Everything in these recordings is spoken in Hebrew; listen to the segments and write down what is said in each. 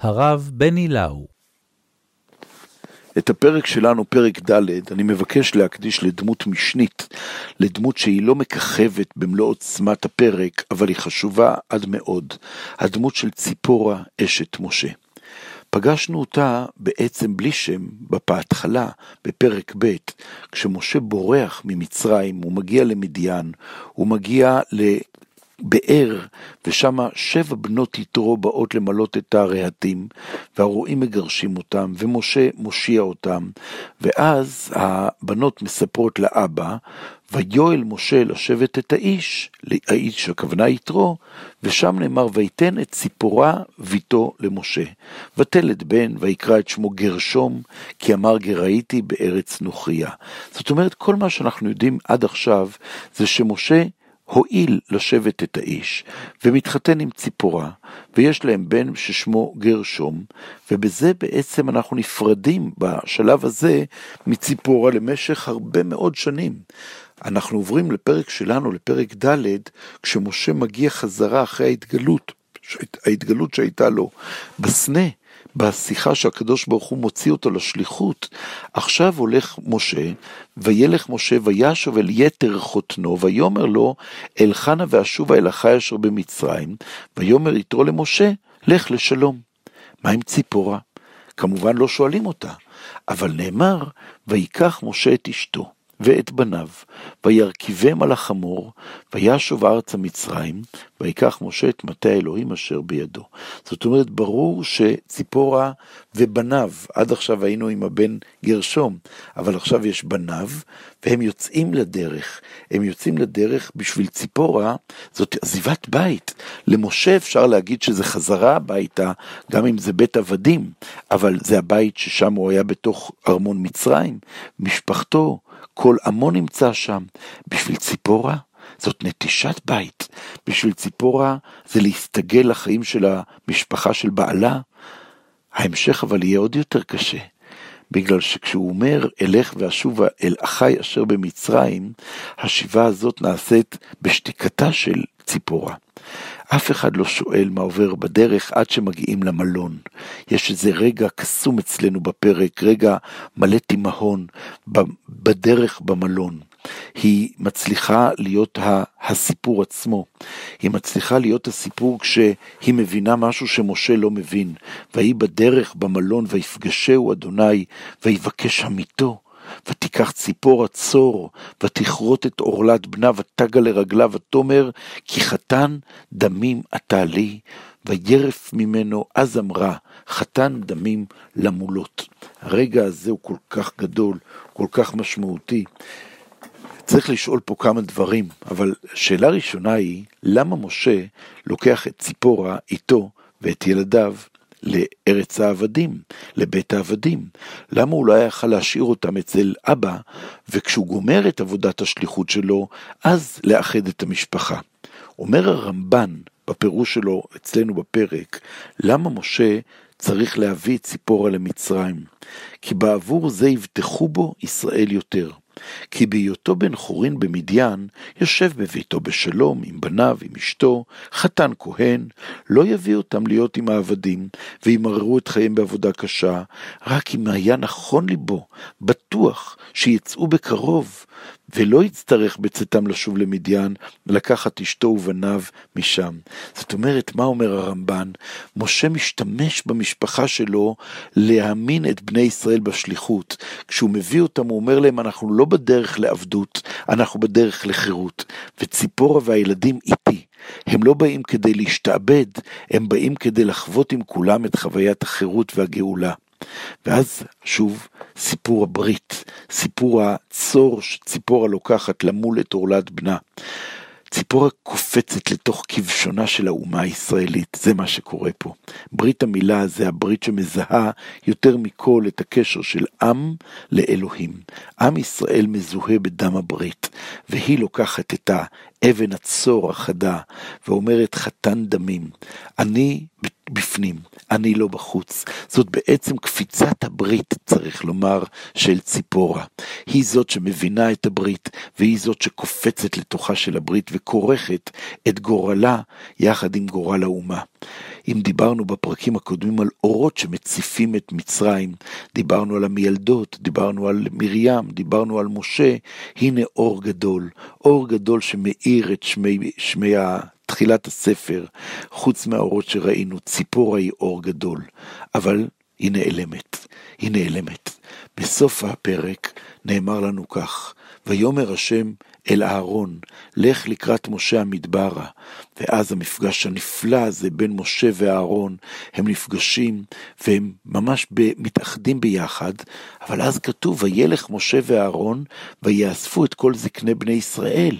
הרב בני לאו. את הפרק שלנו, פרק ד', אני מבקש להקדיש לדמות משנית, לדמות שהיא לא מככבת במלוא עוצמת הפרק, אבל היא חשובה עד מאוד, הדמות של ציפורה אשת משה. פגשנו אותה בעצם בלי שם בהתחלה, בפרק ב', כשמשה בורח ממצרים, הוא מגיע למדיין, הוא מגיע לבאר, ושם 7 בנות יתרו באות למלות את הרהטים, והרועים מגרשים אותם, ומשה מושיע אותם, ואז הבנות מספרות לאבא, ויואל משה לשבת את האיש הכוונה יתרו, ושם נאמר, ויתן את ציפורה ביתו למשה, ותלד בן, ויקרא את שמו גרשום, כי אמר גראיתי בארץ נוכריה. זאת אומרת, כל מה שאנחנו יודעים עד עכשיו, זה שמשה הועיל לשבת את האיש, ומתחתן עם ציפורה, ויש להם בן ששמו גרשום, ובזה בעצם אנחנו נפרדים בשלב הזה מציפורה למשך הרבה מאוד שנים. אנחנו עוברים לפרק שלנו, לפרק ד', כשמשה מגיע חזרה אחרי ההתגלות שהייתה לו בסנה, בשיחה שהקדוש ברוך הוא מוציא אותו לשליחות. עכשיו הולך משה, וילך משה וישוב אל יתר חותנו, ויאמר לו, אל חנה ואשובה אל אחי אשר במצרים, ויאמר יתרו למשה, לך לשלום. מה עם ציפורה? כמובן לא שואלים אותה, אבל נאמר, ויקח משה את אשתו ואת בניו, וירכיבם על החמור, וישוב ארצה מצרים, ויקח משה את מטה האלוהים אשר בידו. זאת אומרת, ברור שציפורה ובניו, עד עכשיו היינו עם הבן גרשום, אבל עכשיו יש בניו, והם יוצאים לדרך. הם יוצאים לדרך בשביל ציפורה, זאת עזיבת בית. למשה אפשר להגיד שזה חזרה הביתה, גם אם זה בית עבדים, אבל זה הבית ששם הוא היה בתוך ארמון מצרים, משפחתו, כל עמו נמצא שם. בשביל ציפורה זאת נטישת בית, בשביל ציפורה זה להסתגל לחיים של המשפחה של בעלה. ההמשך אבל יהיה עוד יותר קשה, בגלל שכשהוא אומר אלך ואשובה אל אחי אשר במצרים, השיבה הזאת נעשית בשתיקתה של ציפורה. אף אחד לא שואל מה עובר בדרך עד שמגיעים למלון. יש איזה רגע קסום אצלנו בפרק, רגע מלא תימהון בדרך במלון. היא מצליחה להיות הסיפור עצמו. היא מצליחה להיות הסיפור כשהיא מבינה משהו שמשה לא מבין. והיא בדרך במלון ויפגשהו אדוני ויבקש המיתו. ותיקח ציפורה צור, ותכרות את אורלת בנה, ותגע לרגלה, ותאמר, כי חתן דמים אתה לי, וירף ממנו, אז אמרה, חתן דמים למולות. הרגע הזה הוא כל כך גדול, כל כך משמעותי. צריך לשאול פה כמה דברים, אבל שאלה ראשונה היא, למה משה לוקח את ציפורה איתו ואת ילדיו לארץ העבדים, לבית העבדים? למה הוא לא היה יכול להשאיר אותם אצל אבא, וכשהוא גומר את עבודת השליחות שלו, אז לאחד את המשפחה? אומר הרמב"ן בפירוש שלו אצלנו בפרק, למה משה צריך להביא את ציפורה למצרים? כי בעבור זה יבטחו בו ישראל יותר. כי בהיותו בן חורין במדיין, יושב בביתו בשלום עם בניו, עם אשתו, חתן כהן, לא יביא אותם להיות עם העבדים, וימררו את חיים בעבודה קשה, רק אם היה נכון ליבו, בטוח שיצאו בקרוב, ולא יצטרך בצאתם לשוב למדיין, לקחת אשתו ובניו משם. זאת אומרת, מה אומר הרמב"ן? משה משתמש במשפחה שלו להאמין את בני ישראל בשליחות. כשהוא מביא אותם, הוא אומר להם, אנחנו לא בדרך לעבדות, אנחנו בדרך לחירות. וציפורה והילדים איתי. הם לא באים כדי להשתעבד, הם באים כדי לחוות עם כולם את חוויית החירות והגאולה. ואז שוב סיפור הברית, סיפור הצור שציפורה לוקחת למול את אורלת בנה. ציפורה קופצת לתוך כבשונה של האומה הישראלית, זה מה שקורה פה. ברית המילה זה הברית שמזהה יותר מכל את הקשר של עם לאלוהים. עם ישראל מזוהה בדם הברית, והיא לוקחת את האבן הצור החדה, ואומרת חתן דמים. אני בפנים, אני לא בחוץ. זאת בעצם קפיצת הברית, צריך לומר, של ציפורה. היא זאת שמבינה את הברית, והיא זאת שקופצת לתוכה של הברית, וכורכת את גורלה יחד עם גורל האומה. אם דיברנו בפרקים הקודמים על אורות שמציפים את מצרים, דיברנו על המילדות, דיברנו על מרים, דיברנו על משה, הנה אור גדול שמאיר את שמי תחילת הספר, חוץ מהאורות שראינו, ציפורה היא אור גדול, אבל היא נעלמת. בסוף הפרק נאמר לנו כך, ויאמר השם אל אהרון, לך לקראת משה המדברה, ואז המפגש הנפלא הזה בין משה ואהרון, הם נפגשים והם ממש מתאחדים ביחד, אבל אז כתוב, וילך משה ואהרון, ויאספו את כל זקני בני ישראל.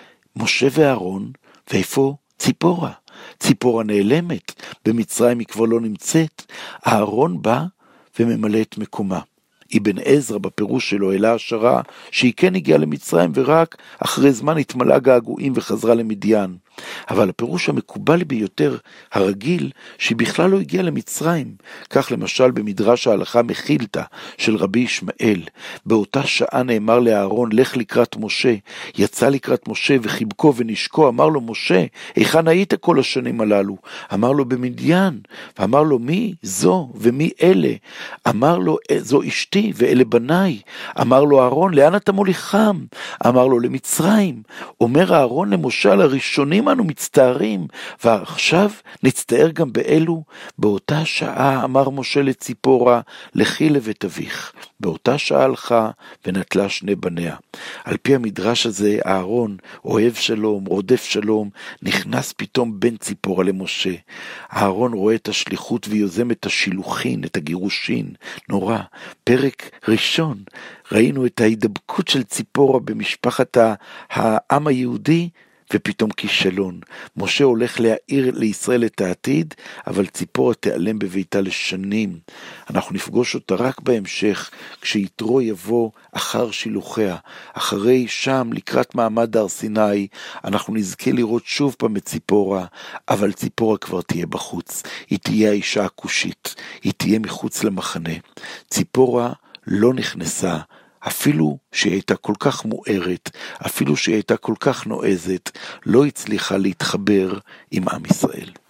משה ואהרון, ואיפה ציפורה? ציפורה נעלמת, במצרים היא כבר לא נמצאת, אהרון בא וממלא את מקומה. אבן עזרא בפירוש שלו העלה השערה שהיא כן הגיעה למצרים ורק אחרי זמן התמלאה געגועים וחזרה למדיין. אבל הפירוש המקובל ביותר, הרגיל, שהיא בכלל לא הגיעה למצרים. כך למשל במדרש ההלכה מחילתא של רבי ישמעאל, באותה שעה נאמר לאהרון, לך לקראת משה, יצא לקראת משה וחיבקו ונשקו, אמר לו משה, היכן היית כל השנים הללו? אמר לו במדיין, ואמר לו מי זו ומי אלה? אמר לו זו אשתי ואלה בניי. אמר לו אהרון, לאן אתה מוליכם? אמר לו למצרים. אומר אהרון למשה, על הראשונים אנו מצטערים, ועכשיו נצטער גם באלו. באותה שעה אמר משה לציפורה, לכי לבית אביך. באותה שעה הלכה ונטלה שני בניה. על פי המדרש הזה, אהרון, אוהב שלום, רודף שלום, נכנס פתאום בין ציפורה למשה. אהרון רואה את השליחות ויוזם את השילוחין, את הגירושין. נורא. פרק ראשון, ראינו את ההידבקות של ציפורה במשפחת העם היהודי, ופתאום כישלון. משה הולך להאיר לישראל את העתיד, אבל ציפורה תיעלם בביתה לשנים. אנחנו נפגוש אותה רק בהמשך, כשיתרו יבוא אחר שילוחיה. אחרי שם, לקראת מעמד הר סיני, אנחנו נזכה לראות שוב פעם את ציפורה, אבל ציפורה כבר תהיה בחוץ. היא תהיה האישה הכושית. היא תהיה מחוץ למחנה. ציפורה לא נכנסה, אפילו שהיא הייתה כל כך מוארת, אפילו שהיא הייתה כל כך נועזת, לא הצליחה להתחבר עם עם ישראל.